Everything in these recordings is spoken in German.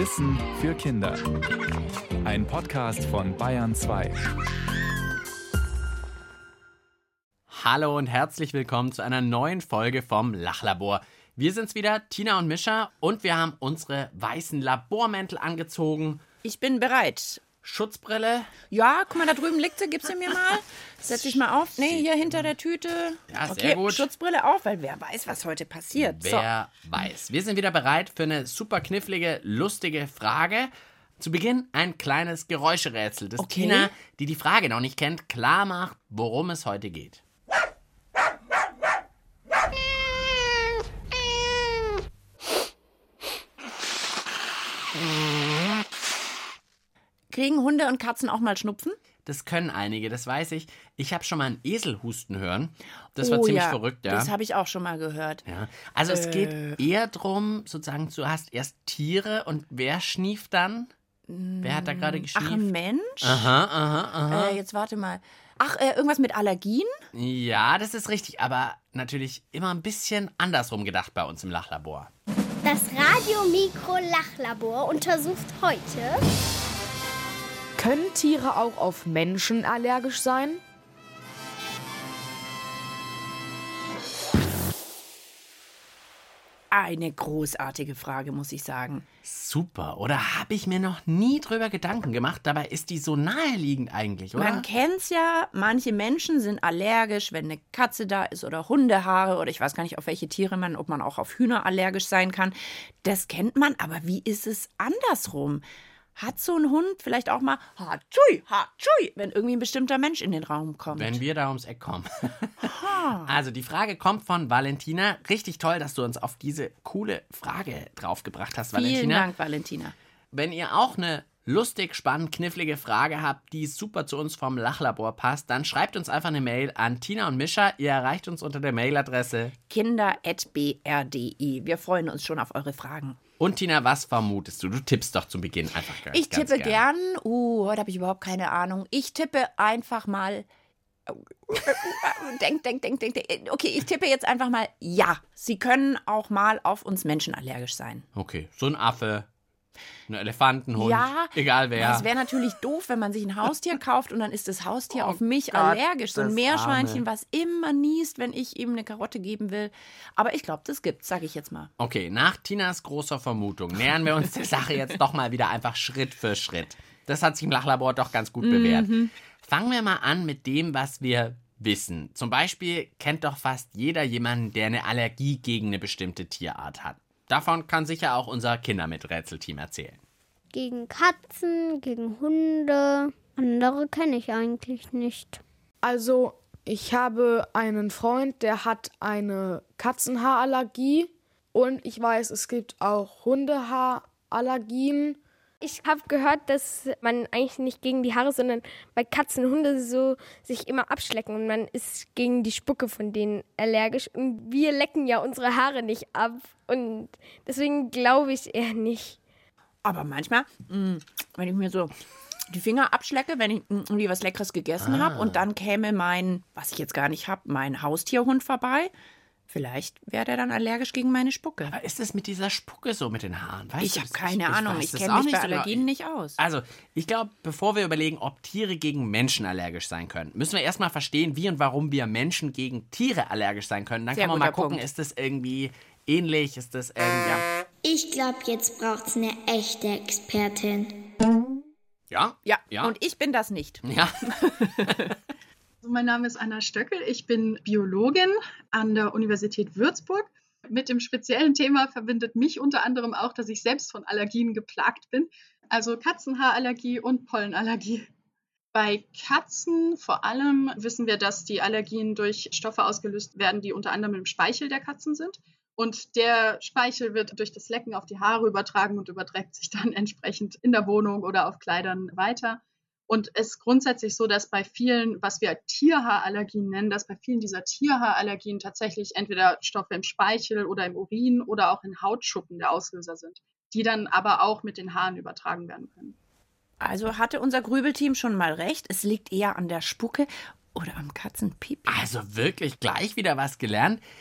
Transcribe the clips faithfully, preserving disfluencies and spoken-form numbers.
Wissen für Kinder. Ein Podcast von Bayern zwei. Hallo und herzlich willkommen zu einer neuen Folge vom Lachlabor. Wir sind's wieder, Tina und Mischa, und wir haben unsere weißen Labormäntel angezogen. Ich bin bereit. Schutzbrille. Ja, guck mal, da drüben liegt sie, gib sie mir mal. Setz dich mal auf. Nee, hier hinter der Tüte. Ja, okay, sehr gut. Schutzbrille auf, weil wer weiß, was heute passiert. Wer so. weiß. Wir sind wieder bereit für eine super knifflige, lustige Frage. Zu Beginn ein kleines Geräuscherätsel, das Okay. Tina, die die Frage noch nicht kennt, klar macht, worum es heute geht. Kriegen Hunde und Katzen auch mal Schnupfen? Das können einige, das weiß ich. Ich habe schon mal einen Esel husten hören. Das war oh, ziemlich ja, verrückt, ja. Das habe ich auch schon mal gehört. Ja. Also es Äh. geht eher darum, sozusagen, du hast erst Tiere und wer schnieft dann? Wer hat da gerade geschnieft? Ach, ein Mensch? Aha, aha, aha. Äh, jetzt warte mal. Ach, äh, irgendwas mit Allergien? Ja, das ist richtig, aber natürlich immer ein bisschen andersrum gedacht bei uns im Lachlabor. Das Radiomikro-Lachlabor untersucht heute... Können Tiere auch auf Menschen allergisch sein? Eine großartige Frage, muss ich sagen. Super, oder habe ich mir noch nie drüber Gedanken gemacht? Dabei ist die so naheliegend eigentlich, oder? Man kennt's ja, manche Menschen sind allergisch, wenn eine Katze da ist oder Hundehaare oder ich weiß gar nicht, auf welche Tiere man, ob man auch auf Hühner allergisch sein kann. Das kennt man, aber wie ist es andersrum? Hat so ein Hund vielleicht auch mal Hatsui, Hatsui, wenn irgendwie ein bestimmter Mensch in den Raum kommt? Wenn wir da ums Eck kommen. Also die Frage kommt von Valentina. Richtig toll, dass du uns auf diese coole Frage draufgebracht hast, Valentina. Vielen Dank, Valentina. Wenn ihr auch eine lustig, spannend, knifflige Frage habt, die super zu uns vom Lachlabor passt, dann schreibt uns einfach eine Mail an Tina und Mischa. Ihr erreicht uns unter der Mailadresse kinder at b r punkt d e. Wir freuen uns schon auf eure Fragen. Und Tina, was vermutest du? Du tippst doch zum Beginn einfach ganz, Ich ganz tippe gern. gern. Uh, heute habe ich überhaupt keine Ahnung. Ich tippe einfach mal. Denk, denk, denk, denk, denk. Okay, ich tippe jetzt einfach mal ja. Sie können auch mal auf uns Menschen allergisch sein. Okay, so ein Affe, ein Elefantenhund, Ja, egal wer. Es wäre natürlich doof, wenn man sich ein Haustier kauft und dann ist das Haustier Oh auf mich Gott, allergisch. So ein das Meerschweinchen, Arme. was immer niest, wenn ich ihm eine Karotte geben will. Aber ich glaube, das gibt's, sage ich jetzt mal. Okay, nach Tinas großer Vermutung nähern wir uns der Sache jetzt doch mal wieder einfach Schritt für Schritt. Das hat sich im Lachlabor doch ganz gut bewährt. Mhm. Fangen wir mal an mit dem, was wir wissen. Zum Beispiel kennt doch fast jeder jemanden, der eine Allergie gegen eine bestimmte Tierart hat. Davon kann sicher auch unser Kindermiträtselteam erzählen. Gegen Katzen, gegen Hunde. Andere kenne ich eigentlich nicht. Also, ich habe einen Freund, der hat eine Katzenhaarallergie. Und ich weiß, es gibt auch Hundehaarallergien. Ich habe gehört, dass man eigentlich nicht gegen die Haare, sondern bei Katzen und Hunde so sich immer abschlecken und man ist gegen die Spucke von denen allergisch. Und wir lecken ja unsere Haare nicht ab und deswegen glaube ich eher nicht. Aber manchmal, mh, wenn ich mir so die Finger abschlecke, wenn ich mh, irgendwie was Leckeres gegessen Ah. habe und dann käme mein, was ich jetzt gar nicht habe, mein Haustierhund vorbei, vielleicht wäre der dann allergisch gegen meine Spucke. Aber ist es mit dieser Spucke so mit den Haaren? Weißt Ich du habe das? keine Ahnung, weiß ich das kenne auch mich bei so genau. Allergien nicht aus. Also, ich glaube, bevor wir überlegen, ob Tiere gegen Menschen allergisch sein können, müssen wir erstmal verstehen, wie und warum wir Menschen gegen Tiere allergisch sein können. Dann Sehr kann man mal guter gucken, Punkt. ist das irgendwie ähnlich, ist das irgendwie... Ich glaube, jetzt braucht's eine echte Expertin. Ja? Ja, Ja. und ich bin das nicht. Ja. Also mein Name ist Anna Stöckel, ich bin Biologin an der Universität Würzburg. Mit dem speziellen Thema verbindet mich unter anderem auch, dass ich selbst von Allergien geplagt bin, also Katzenhaarallergie und Pollenallergie. Bei Katzen vor allem wissen wir, dass die Allergien durch Stoffe ausgelöst werden, die unter anderem im Speichel der Katzen sind. Und der Speichel wird durch das Lecken auf die Haare übertragen und überträgt sich dann entsprechend in der Wohnung oder auf Kleidern weiter. Und es ist grundsätzlich so, dass bei vielen, was wir Tierhaarallergien nennen, dass bei vielen dieser Tierhaarallergien tatsächlich entweder Stoffe im Speichel oder im Urin oder auch in Hautschuppen der Auslöser sind, die dann aber auch mit den Haaren übertragen werden können. Also hatte unser Grübelteam schon mal recht, es liegt eher an der Spucke oder am Katzenpipi. Also wirklich gleich wieder was gelernt.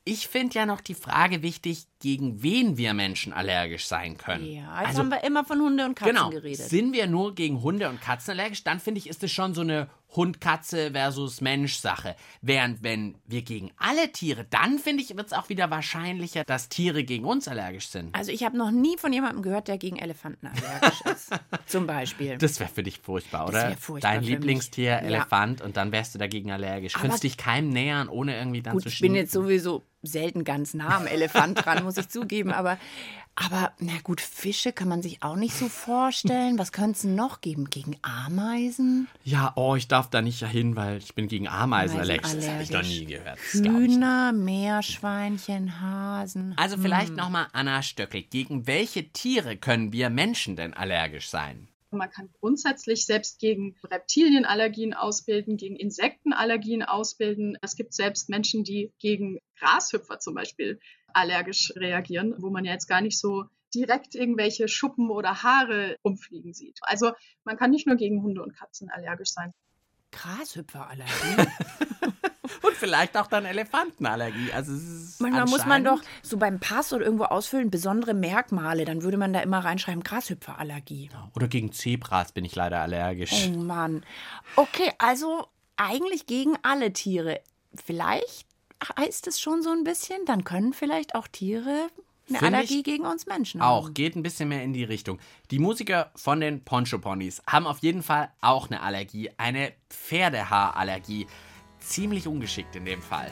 Ich finde ja noch die Frage wichtig, gegen wen wir Menschen allergisch sein können. Ja, jetzt Also, haben wir immer von Hunde und Katzen genau, geredet. sind wir nur gegen Hunde und Katzen allergisch, dann finde ich, ist es schon so eine Hund-Katze versus Mensch-Sache. Während wenn wir gegen alle Tiere, dann finde ich, wird es auch wieder wahrscheinlicher, dass Tiere gegen uns allergisch sind. Also ich habe noch nie von jemandem gehört, der gegen Elefanten allergisch ist. Zum Beispiel. Das wäre für dich furchtbar, Das oder? wär furchtbar Dein für Lieblingstier, mich. Ja. Elefant, und dann wärst du dagegen allergisch. Aber- Könntest dich keinem nähern, ohne irgendwie dann Gut, zu ich bin schnieken. jetzt sowieso selten ganz nah am Elefant dran, muss ich zugeben. Aber, aber na gut, Fische kann man sich auch nicht so vorstellen. Was könnte es noch geben? Gegen Ameisen? Ja, oh, ich darf da nicht hin, weil ich bin gegen Ameisen Ameisen allergisch. Das habe ich noch allergisch. nie gehört. Das glaub ich nicht. Hühner, Meerschweinchen, Hasen. Also vielleicht nochmal Anna Stöckel. Gegen welche Tiere können wir Menschen denn allergisch sein? Man kann grundsätzlich selbst gegen Reptilienallergien ausbilden, gegen Insektenallergien ausbilden. Es gibt selbst Menschen, die gegen Grashüpfer zum Beispiel allergisch reagieren, wo man ja jetzt gar nicht so direkt irgendwelche Schuppen oder Haare rumfliegen sieht. Also man kann nicht nur gegen Hunde und Katzen allergisch sein. Grashüpferallergie. Und vielleicht auch dann Elefantenallergie. Also es ist Manchmal muss man doch anscheinend- so beim Pass oder irgendwo ausfüllen, besondere Merkmale. Dann würde man da immer reinschreiben, Grashüpferallergie. Oder gegen Zebras bin ich leider allergisch. Oh Mann. Okay, also eigentlich gegen alle Tiere. Vielleicht heißt es schon so ein bisschen, dann können vielleicht auch Tiere eine Find Allergie ich gegen uns Menschen Auch, haben. geht ein bisschen mehr in die Richtung. Die Musiker von den Poncho Ponys haben auf jeden Fall auch eine Allergie, eine Pferdehaarallergie. Ziemlich ungeschickt in dem Fall.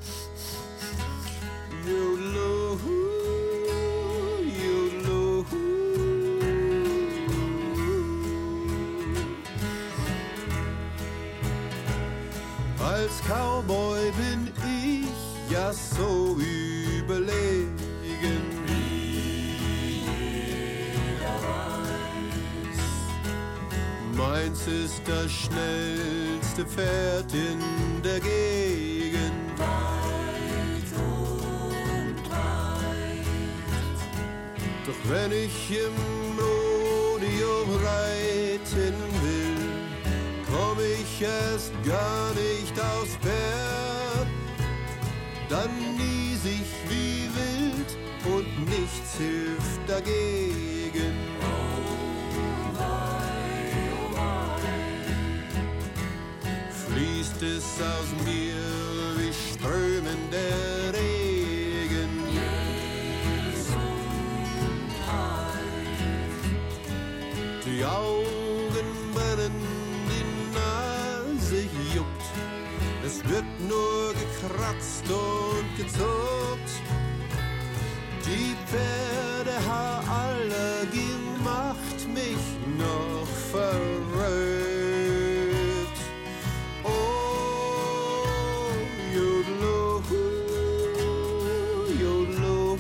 Als Cowboy bin ich ja so überlegen, wie jeder weiß. Meins ist das schnellste Pferd in der Gegend. Weit und breit. Doch wenn ich im Rodeo reiten will, komm ich erst gar nicht aufs Pferd, dann nies ich wie wild und nichts hilft dagegen. Oh wei, oh wei. Fließt es aus mir wie strömender Regen. Die Augen brennen, die Nase juckt, es wird nur gekratzt und gezuckt. Die Pferdehaarallergie macht mich noch verrückt. Oh, jodlo, jodlo.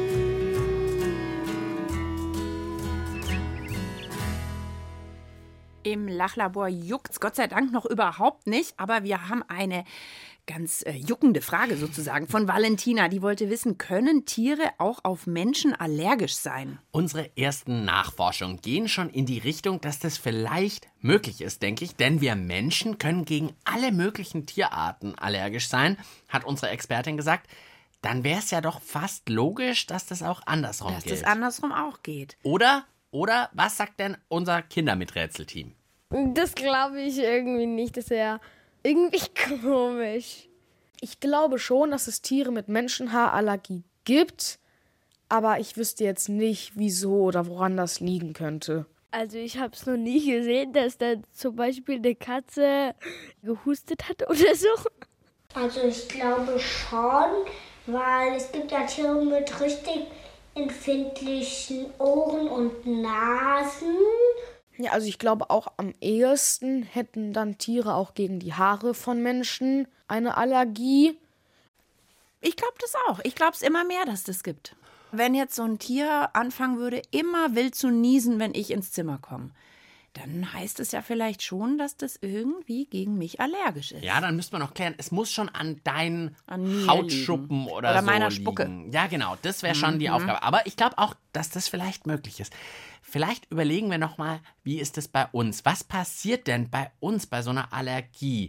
Im Lachlabor juckt's Gott sei Dank noch überhaupt nicht, aber wir haben eine ganz äh, juckende Frage sozusagen von Valentina. Die wollte wissen, können Tiere auch auf Menschen allergisch sein? Unsere ersten Nachforschungen gehen schon in die Richtung, dass das vielleicht möglich ist, denke ich. Denn wir Menschen können gegen alle möglichen Tierarten allergisch sein, hat unsere Expertin gesagt. Dann wäre es ja doch fast logisch, dass das auch andersrum Dass gilt. das andersrum auch geht. Oder, oder, was sagt denn unser Kindermiträtselteam? Das glaube ich irgendwie nicht. Das wäre irgendwie komisch. Ich glaube schon, dass es Tiere mit Menschenhaarallergie gibt, aber ich wüsste jetzt nicht, wieso oder woran das liegen könnte. Also ich habe es noch nie gesehen, dass da zum Beispiel eine Katze gehustet hat oder so. Also ich glaube schon, weil es gibt ja Tiere mit richtig empfindlichen Ohren und Nasen. Ja, also ich glaube auch am ehesten hätten dann Tiere auch gegen die Haare von Menschen eine Allergie. Ich glaube das auch. Ich glaube es immer mehr, dass das gibt. Wenn jetzt so ein Tier anfangen würde, immer wild zu niesen, wenn ich ins Zimmer komme, dann heißt es ja vielleicht schon, dass das irgendwie gegen mich allergisch ist. Ja, dann müsste man noch klären, es muss schon an deinen An mir Hautschuppen liegen. oder, Oder so meiner liegen. Spucke. Ja, genau, das wäre schon die Aufgabe. Aber ich glaube auch, dass das vielleicht möglich ist. Vielleicht überlegen wir noch mal, wie ist es bei uns? Was passiert denn bei uns bei so einer Allergie?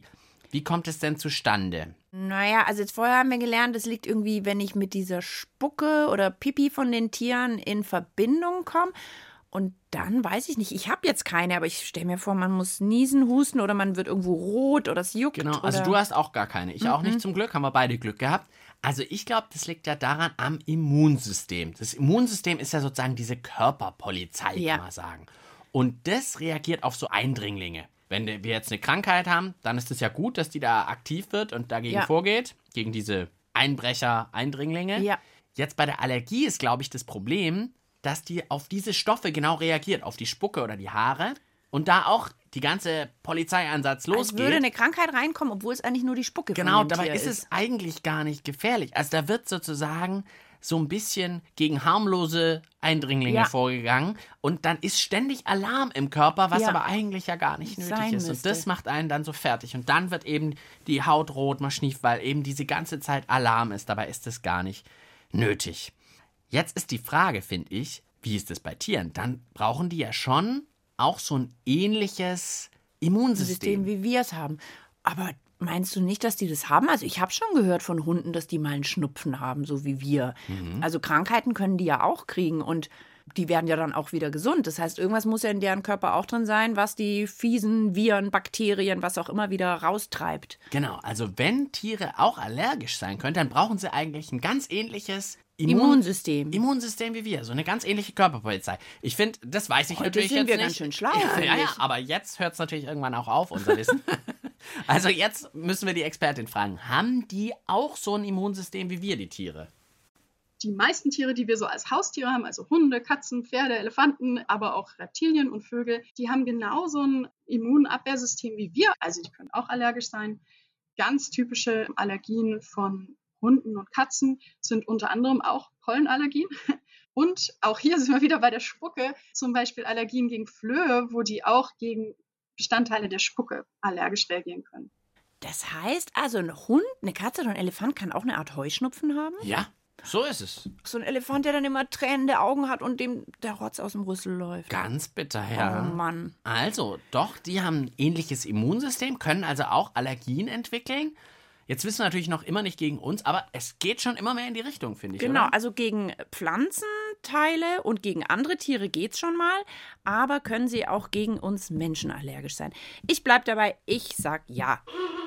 Wie kommt es denn zustande? Naja, also jetzt vorher haben wir gelernt, das liegt irgendwie, wenn ich mit dieser Spucke oder Pipi von den Tieren in Verbindung komme. Und dann weiß ich nicht, ich habe jetzt keine, aber ich stelle mir vor, man muss niesen, husten oder man wird irgendwo rot oder es juckt. Genau, also oder du hast auch gar keine. Ich mhm. auch nicht zum Glück, haben wir beide Glück gehabt. Also ich glaube, das liegt ja daran am Immunsystem. Das Immunsystem ist ja sozusagen diese Körperpolizei, ja. kann man sagen. Und das reagiert auf so Eindringlinge. Wenn wir jetzt eine Krankheit haben, dann ist es ja gut, dass die da aktiv wird und dagegen ja. vorgeht, gegen diese Einbrecher, Eindringlinge. Ja. Jetzt bei der Allergie ist, glaube ich, das Problem, dass die auf diese Stoffe genau reagiert, auf die Spucke oder die Haare. Und da auch die ganze Polizeieinsatz losgeht. Als würde eine Krankheit reinkommen, obwohl es eigentlich nur die Spucke genau, von dem dabei Tier ist ist. es eigentlich gar nicht gefährlich. Also da wird sozusagen so ein bisschen gegen harmlose Eindringlinge ja. vorgegangen. Und dann ist ständig Alarm im Körper, was ja. aber eigentlich ja gar nicht nötig Sein ist. müsste. Und das macht einen dann so fertig. Und dann wird eben die Haut rot, man schnieft, weil eben diese ganze Zeit Alarm ist. Dabei ist es gar nicht nötig. Jetzt ist die Frage, finde ich, wie ist das bei Tieren? Dann brauchen die ja schon auch so ein ähnliches Immunsystem. System, wie wir es haben. Aber meinst du nicht, dass die das haben? Also ich habe schon gehört von Hunden, dass die mal einen Schnupfen haben, so wie wir. Mhm. Also Krankheiten können die ja auch kriegen und die werden ja dann auch wieder gesund. Das heißt, irgendwas muss ja in deren Körper auch drin sein, was die fiesen Viren, Bakterien, was auch immer wieder raustreibt. Genau, also wenn Tiere auch allergisch sein können, dann brauchen sie eigentlich ein ganz ähnliches Immun- Immunsystem. Immunsystem wie wir, so eine ganz ähnliche Körperpolizei. Ich finde, das weiß ich Heute natürlich sind jetzt wir nicht. ganz schön schlau, Ja, finde ja, ja, ich. aber jetzt hört es natürlich irgendwann auch auf, unser Wissen. Also jetzt müssen wir die Expertin fragen, haben die auch so ein Immunsystem wie wir, die Tiere? Die meisten Tiere, die wir so als Haustiere haben, also Hunde, Katzen, Pferde, Elefanten, aber auch Reptilien und Vögel, die haben genauso ein Immunabwehrsystem wie wir. Also die können auch allergisch sein. Ganz typische Allergien von Hunden und Katzen sind unter anderem auch Pollenallergien. Und auch hier sind wir wieder bei der Spucke, zum Beispiel Allergien gegen Flöhe, wo die auch gegen Bestandteile der Spucke allergisch reagieren können. Das heißt also, ein Hund, eine Katze oder ein Elefant kann auch eine Art Heuschnupfen haben? Ja, so ist es. So ein Elefant, der dann immer tränende Augen hat und dem der Rotz aus dem Rüssel läuft. Ganz bitter, ja. Oh Mann. Also, doch, die haben ein ähnliches Immunsystem, können also auch Allergien entwickeln. Jetzt wissen wir natürlich noch immer nicht gegen uns, aber es geht schon immer mehr in die Richtung, finde ich. Genau, oder? also gegen Pflanzenteile und gegen andere Tiere geht's schon mal, aber können sie auch gegen uns Menschen allergisch sein? Ich bleib dabei, ich sag ja.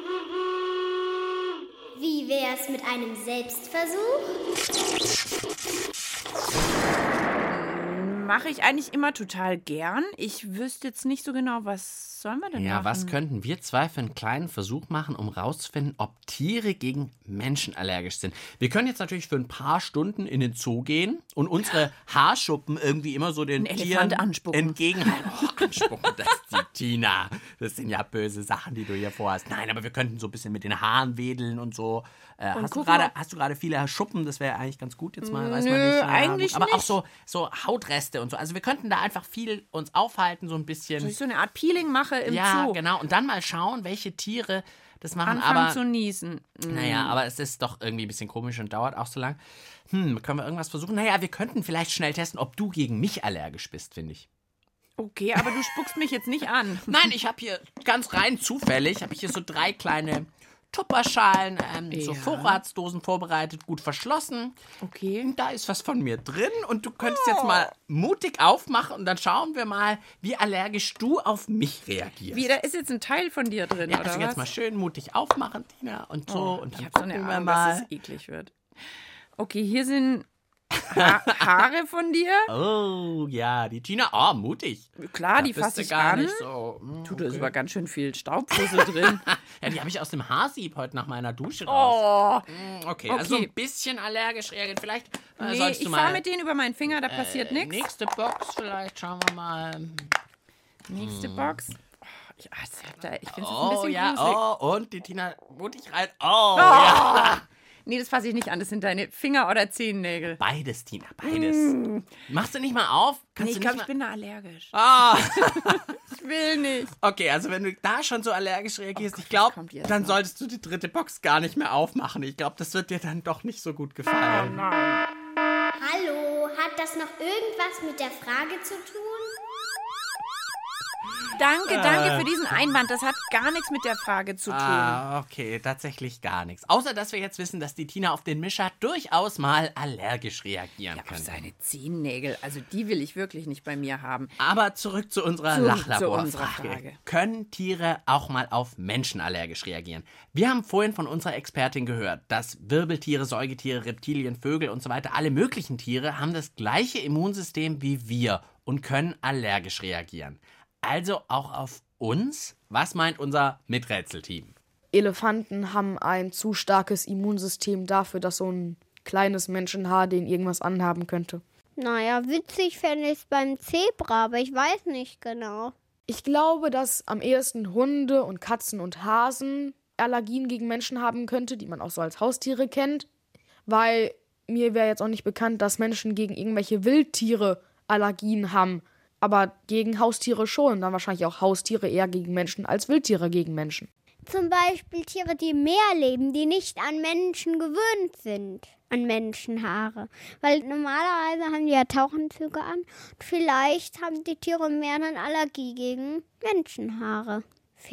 Wie wär's mit einem Selbstversuch? Mache ich eigentlich immer total gern. Ich wüsste jetzt nicht so genau, was sollen wir denn Ja, machen? was könnten wir zwei für einen kleinen Versuch machen, um rauszufinden, ob Tiere gegen Menschen allergisch sind? Wir können jetzt natürlich für ein paar Stunden in den Zoo gehen und unsere Haarschuppen irgendwie immer so den Ein Tieren Elefant anspucken. entgegenhalten. Oh, anspucken, das ist die Tina. Das sind ja böse Sachen, die du hier vorhast. Nein, aber wir könnten so ein bisschen mit den Haaren wedeln und so. Äh, Und hast, du guck grade, mal. hast du gerade viele Schuppen? Das wäre eigentlich ganz gut jetzt mal. Weiß Nö, man nicht. Ja, eigentlich aber nicht. auch so, so Hautreste und so. Also wir könnten da einfach viel uns aufhalten, so ein bisschen. Dass ich so eine Art Peeling mache im Ja, Zoo. genau. Und dann mal schauen, welche Tiere das machen. Anfangen aber zu niesen. Mm. naja, aber es ist doch irgendwie ein bisschen komisch und dauert auch so lang. Hm, können wir irgendwas versuchen? Naja, wir könnten vielleicht schnell testen, ob du gegen mich allergisch bist, finde ich. Okay, aber du spuckst mich jetzt nicht an. Nein, ich habe hier ganz rein zufällig, habe ich hier so drei kleine Tupperschalen, ähm, so Ja. Vorratsdosen vorbereitet, gut verschlossen. Okay. Und da ist was von mir drin und du könntest jetzt mal mutig aufmachen und dann schauen wir mal, wie allergisch du auf mich reagierst. Wie, da ist jetzt ein Teil von dir drin, Ja, oder also was? jetzt mal schön mutig aufmachen, Tina, und so. Oh, und ich dann habe so gucken eine wir Ahnung, mal. dass es eklig wird. Okay, hier sind ha Haare von dir. Oh, ja, die Tina, oh, mutig. Klar, Da die bist fasse du ich gar an. nicht so. hm, Du, da ist okay. aber ganz schön viel Staubfussel drin. Ja, die habe ich aus dem Haarsieb heute nach meiner Dusche raus. Oh, Hm, Okay, also okay. ein bisschen allergisch reagieren. Vielleicht äh, nee, solltest ich du fahre mal... mit denen über meinen Finger, da passiert äh, nichts. Nächste Box vielleicht, schauen wir mal. Nächste Box. Oh, ich ah, das hat da- ich finde es ein Oh, bisschen ja, gruselig. oh, und die Tina mutig rein. Oh, ja. Nee, das fasse ich nicht an. Das sind deine Finger- oder Zehennägel. Beides, Tina, beides. Machst du nicht mal auf? Nee, Kannst ich du glaube, nicht ich bin da allergisch. mal... Ah. Ich will nicht. Okay, also wenn du da schon so allergisch reagierst, Oh Gott, ich glaube, was kommt jetzt dann noch? solltest du die dritte Box gar nicht mehr aufmachen. Ich glaube, das wird dir dann doch nicht so gut gefallen. Nein. Hallo, hat das noch irgendwas mit der Frage zu tun? Danke, danke für diesen Einwand. Das hat gar nichts mit der Frage zu tun. Ah, okay, tatsächlich gar nichts. Außer, dass wir jetzt wissen, dass die Tina auf den Mischer durchaus mal allergisch reagieren Ja, auf könnte. seine Zehennägel. Also die will ich wirklich nicht bei mir haben. Aber zurück zu unserer Zu- zu Lachlaborfrage. unserer Frage. Können Tiere auch mal auf Menschen allergisch reagieren? Wir haben vorhin von unserer Expertin gehört, dass Wirbeltiere, Säugetiere, Reptilien, Vögel und so weiter, alle möglichen Tiere haben das gleiche Immunsystem wie wir und können allergisch reagieren. Also auch auf uns? Was meint unser Miträtselteam? Elefanten haben ein zu starkes Immunsystem dafür, dass so ein kleines Menschenhaar denen irgendwas anhaben könnte. Naja, witzig fände ich es beim Zebra, aber ich weiß nicht genau. Ich glaube, dass am ehesten Hunde und Katzen und Hasen Allergien gegen Menschen haben könnte, die man auch so als Haustiere kennt, weil mir wäre jetzt auch nicht bekannt, dass Menschen gegen irgendwelche Wildtiere Allergien haben, aber gegen Haustiere schon, dann wahrscheinlich auch Haustiere eher gegen Menschen als Wildtiere gegen Menschen. Zum Beispiel Tiere, die im Meer leben, die nicht an Menschen gewöhnt sind, an Menschenhaare. Weil normalerweise haben die ja Tauchanzüge an. Vielleicht haben die Tiere im Meer eine Allergie gegen Menschenhaare.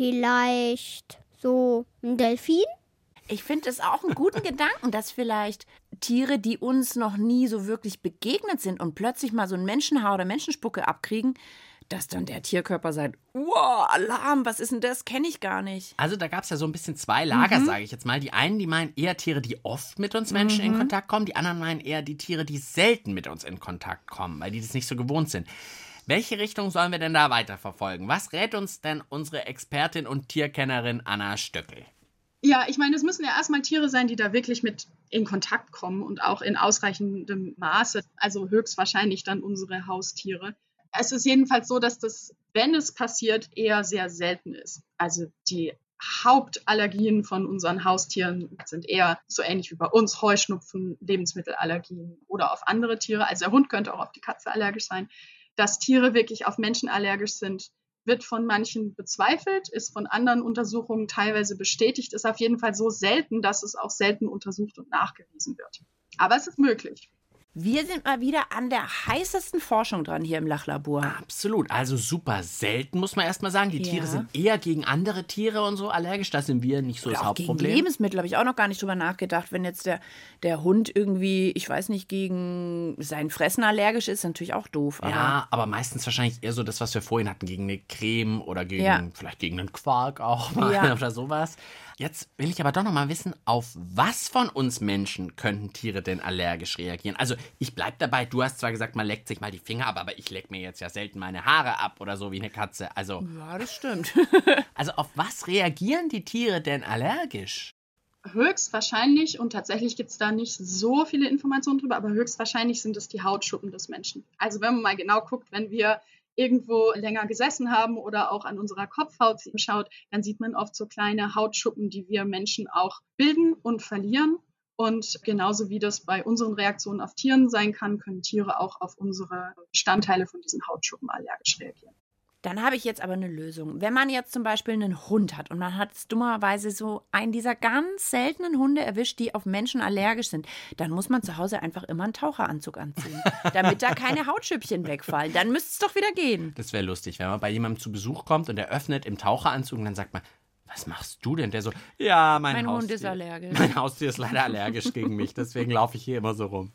Vielleicht so ein Delfin? Ich finde es auch einen guten Gedanken, dass vielleicht Tiere, die uns noch nie so wirklich begegnet sind und plötzlich mal so ein Menschenhaar oder Menschenspucke abkriegen, dass dann der Tierkörper sagt, wow, Alarm, was ist denn das? Kenne ich gar nicht. Also da gab es ja so ein bisschen zwei Lager, mhm. sage ich jetzt mal. Die einen, die meinen eher Tiere, die oft mit uns Menschen mhm. in Kontakt kommen. Die anderen meinen eher die Tiere, die selten mit uns in Kontakt kommen, weil die das nicht so gewohnt sind. Welche Richtung sollen wir denn da weiterverfolgen? Was rät uns denn unsere Expertin und Tierkennerin Anna Stöckel? Ja, ich meine, es müssen ja erstmal Tiere sein, die da wirklich mit in Kontakt kommen und auch in ausreichendem Maße. Also höchstwahrscheinlich dann unsere Haustiere. Es ist jedenfalls so, dass das, wenn es passiert, eher sehr selten ist. Also die Hauptallergien von unseren Haustieren sind eher so ähnlich wie bei uns: Heuschnupfen, Lebensmittelallergien oder auf andere Tiere. Also der Hund könnte auch auf die Katze allergisch sein. Dass Tiere wirklich auf Menschen allergisch sind, wird von manchen bezweifelt, ist von anderen Untersuchungen teilweise bestätigt, ist auf jeden Fall so selten, dass es auch selten untersucht und nachgewiesen wird. Aber es ist möglich. Wir sind mal wieder an der heißesten Forschung dran hier im Lachlabor. Absolut. Also super selten, muss man erst mal sagen. Die Ja. Tiere sind eher gegen andere Tiere und so allergisch. Da sind wir nicht so Oder das auch gegen Hauptproblem. Lebensmittel habe ich auch noch gar nicht drüber nachgedacht. Wenn jetzt der, der Hund irgendwie, ich weiß nicht, gegen sein Fressen allergisch ist, natürlich auch doof. Aber Ja, aber meistens wahrscheinlich eher so das, was wir vorhin hatten, gegen eine Creme oder gegen, Ja. vielleicht gegen einen Quark auch mal Ja. oder sowas. Jetzt will ich aber doch noch mal wissen, auf was von uns Menschen könnten Tiere denn allergisch reagieren? Also ich bleib dabei, du hast zwar gesagt, man leckt sich mal die Finger ab, aber ich leck mir jetzt ja selten meine Haare ab oder so wie eine Katze. Also, ja, das stimmt. also auf was reagieren die Tiere denn allergisch? Höchstwahrscheinlich, und tatsächlich gibt es da nicht so viele Informationen drüber, aber höchstwahrscheinlich sind es die Hautschuppen des Menschen. Also wenn man mal genau guckt, wenn wir irgendwo länger gesessen haben oder auch an unserer Kopfhaut schaut, dann sieht man oft so kleine Hautschuppen, die wir Menschen auch bilden und verlieren. Und genauso wie das bei unseren Reaktionen auf Tieren sein kann, können Tiere auch auf unsere Bestandteile von diesen Hautschuppen allergisch reagieren. Dann habe ich jetzt aber eine Lösung. Wenn man jetzt zum Beispiel einen Hund hat und man hat dummerweise so einen dieser ganz seltenen Hunde erwischt, die auf Menschen allergisch sind, dann muss man zu Hause einfach immer einen Taucheranzug anziehen, damit da keine Hautschüppchen wegfallen. Dann müsste es doch wieder gehen. Das wäre lustig, wenn man bei jemandem zu Besuch kommt und er öffnet im Taucheranzug und dann sagt man, was machst du denn? Der so, ja, mein, Mein Haustier. Hund ist allergisch. Mein Haustier ist leider allergisch gegen mich, deswegen laufe ich hier immer so rum.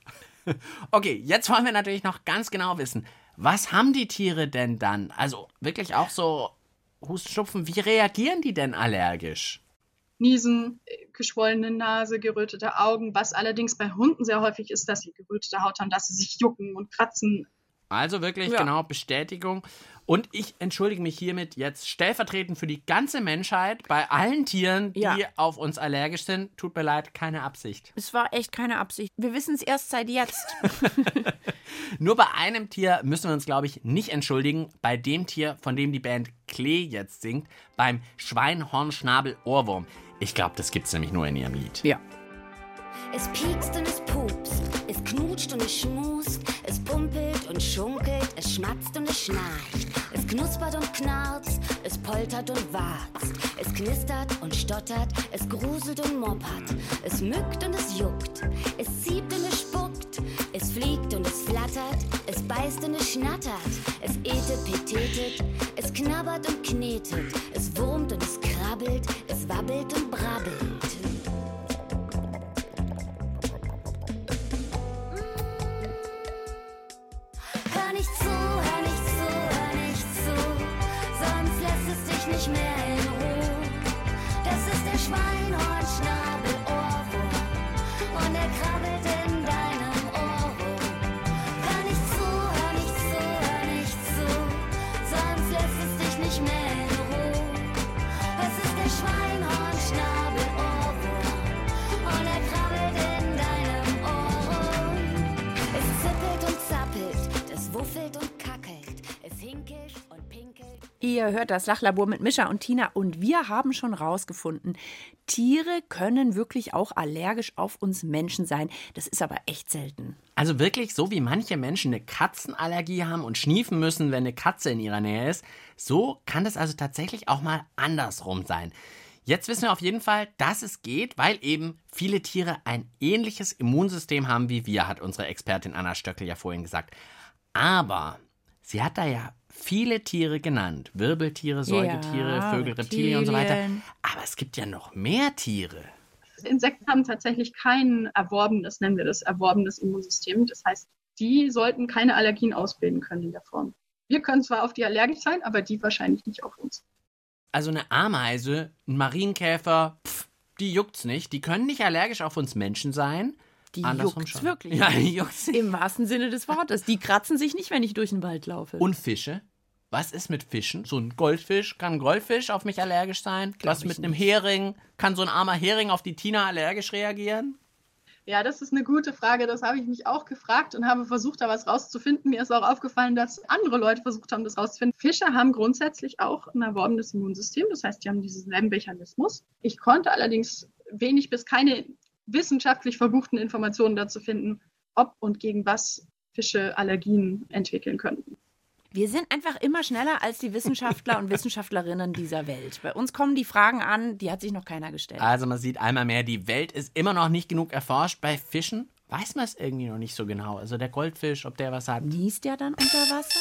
Okay, jetzt wollen wir natürlich noch ganz genau wissen, was haben die Tiere denn dann? Also wirklich auch so Hustenschnupfen, wie reagieren die denn allergisch? Niesen, geschwollene Nase, gerötete Augen, was allerdings bei Hunden sehr häufig ist, dass sie gerötete Haut haben, dass sie sich jucken und kratzen. Also wirklich, Ja. genau, Bestätigung. Und ich entschuldige mich hiermit jetzt stellvertretend für die ganze Menschheit bei allen Tieren, die Ja. auf uns allergisch sind. Tut mir leid, keine Absicht. Es war echt keine Absicht. Wir wissen es erst seit jetzt. Nur bei einem Tier müssen wir uns, glaube ich, nicht entschuldigen. Bei dem Tier, von dem die Band Klee jetzt singt, beim Schweinhornschnabel-Ohrwurm. Ich glaube, das gibt's nämlich nur in ihrem Lied. Ja. Es piekst und es pupst, es knutscht und es schmust, es pumpelt und schunkelt, es schmatzt und es schnarcht, es knuspert und knarzt, es poltert und warzt, es knistert und stottert, es gruselt und moppert, es mückt und es juckt, es zieht und es spuckt, es fliegt und es flattert, es beißt und es schnattert, es etet, petetet, es Es knabbert und knetet, es wurmt und es krabbelt, es wabbelt und brabbelt. Hör nicht zu, hör nicht zu, hör nicht zu, sonst lässt es dich nicht mehr in Ruhe. Das ist der Schweinhorn-Schnabel-Ohrwurm und er krabbelt in deinem Ohr rum. Hör nicht zu, hör nicht zu, hör nicht zu, sonst lässt es dich nicht mehr in Ruhe. Das ist der Schweinhorn-Schnabel-Ohrwurm und er krabbelt in deinem Ohr rum. Es zippelt und zappelt, es wuffelt und kackelt, es hinkelt und pinkelt. Ihr hört das Lachlabor mit Mischa und Tina und wir haben schon rausgefunden, Tiere können wirklich auch allergisch auf uns Menschen sein. Das ist aber echt selten. Also wirklich, so wie manche Menschen eine Katzenallergie haben und schniefen müssen, wenn eine Katze in ihrer Nähe ist, so kann das also tatsächlich auch mal andersrum sein. Jetzt wissen wir auf jeden Fall, dass es geht, weil eben viele Tiere ein ähnliches Immunsystem haben wie wir, hat unsere Expertin Anna Stöckel ja vorhin gesagt. Aber sie hat da ja viele Tiere genannt. Wirbeltiere, Säugetiere, Ja, Vögel, Reptilien und so weiter. Reptilien. Aber es gibt ja noch mehr Tiere. Insekten haben tatsächlich kein erworbenes, nennen wir das, erworbenes Immunsystem. Das heißt, die sollten keine Allergien ausbilden können in der Form. Wir können zwar auf die allergisch sein, aber die wahrscheinlich nicht auf uns. Also eine Ameise, ein Marienkäfer, pff, die juckt's nicht. Die können nicht allergisch auf uns Menschen sein. Die Andersrum juckt's schon. wirklich. Ja, die juckt's. Im wahrsten Sinne des Wortes. Die kratzen sich nicht, wenn ich durch den Wald laufe. Und Fische? Was ist mit Fischen? So ein Goldfisch, kann ein Goldfisch auf mich allergisch sein? Glaub Was mit ich einem nicht. Hering? Kann so ein armer Hering auf die Tina allergisch reagieren? Ja, das ist eine gute Frage. Das habe ich mich auch gefragt und habe versucht, da was rauszufinden. Mir ist auch aufgefallen, dass andere Leute versucht haben, das rauszufinden. Fische haben grundsätzlich auch ein erworbenes Immunsystem. Das heißt, die haben diesen Mechanismus. Ich konnte allerdings wenig bis keine wissenschaftlich verbuchten Informationen dazu finden, ob und gegen was Fische Allergien entwickeln könnten. Wir sind einfach immer schneller als die Wissenschaftler und Wissenschaftlerinnen dieser Welt. Bei uns kommen die Fragen an, die hat sich noch keiner gestellt. Also man sieht einmal mehr, die Welt ist immer noch nicht genug erforscht. Bei Fischen weiß man es irgendwie noch nicht so genau. Also der Goldfisch, ob der was hat. Niest der dann unter Wasser?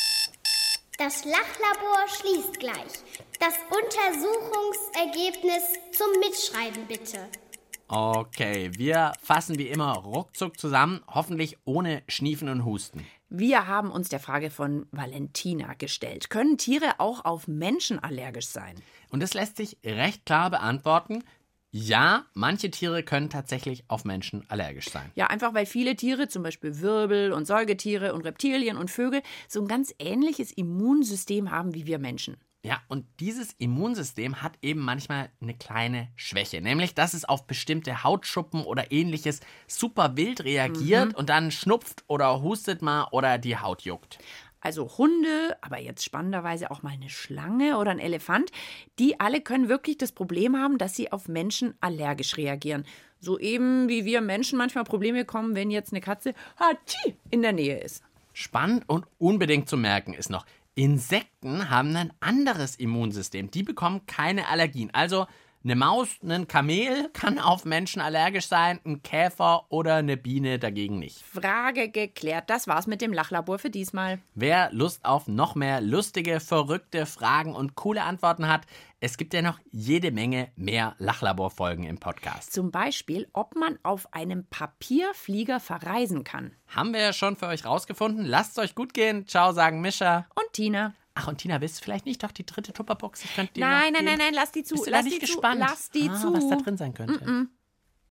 Das Lachlabor schließt gleich. Das Untersuchungsergebnis zum Mitschreiben bitte. Okay, wir fassen wie immer ruckzuck zusammen, hoffentlich ohne Schniefen und Husten. Wir haben uns der Frage von Valentina gestellt. Können Tiere auch auf Menschen allergisch sein? Und das lässt sich recht klar beantworten. Ja, manche Tiere können tatsächlich auf Menschen allergisch sein. Ja, einfach weil viele Tiere, zum Beispiel Wirbel und Säugetiere und Reptilien und Vögel, so ein ganz ähnliches Immunsystem haben wie wir Menschen. Ja, und dieses Immunsystem hat eben manchmal eine kleine Schwäche, nämlich dass es auf bestimmte Hautschuppen oder ähnliches super wild reagiert Mhm. und dann schnupft oder hustet mal oder die Haut juckt. Also Hunde, aber jetzt spannenderweise auch mal eine Schlange oder ein Elefant, die alle können wirklich das Problem haben, dass sie auf Menschen allergisch reagieren. So eben wie wir Menschen manchmal Probleme bekommen, wenn jetzt eine Katze Hatschi in der Nähe ist. Spannend und unbedingt zu merken ist noch, Insekten haben ein anderes Immunsystem. Die bekommen keine Allergien. Also eine Maus, ein Kamel kann auf Menschen allergisch sein, ein Käfer oder eine Biene dagegen nicht. Frage geklärt. Das war's mit dem Lachlabor für diesmal. Wer Lust auf noch mehr lustige, verrückte Fragen und coole Antworten hat, es gibt ja noch jede Menge mehr Lachlabor-Folgen im Podcast. Zum Beispiel, ob man auf einem Papierflieger verreisen kann. Haben wir ja schon für euch rausgefunden. Lasst es euch gut gehen. Ciao, sagen Mischa. Und Tina. Ach, und Tina, willst du vielleicht nicht doch die dritte Tupperbox? Ich könnte die Nein, noch nein, nein, geben. nein, lass die zu. Bist du lass da nicht die gespannt? Zu. Lass die ah, zu. was da drin sein könnte. Mm-mm.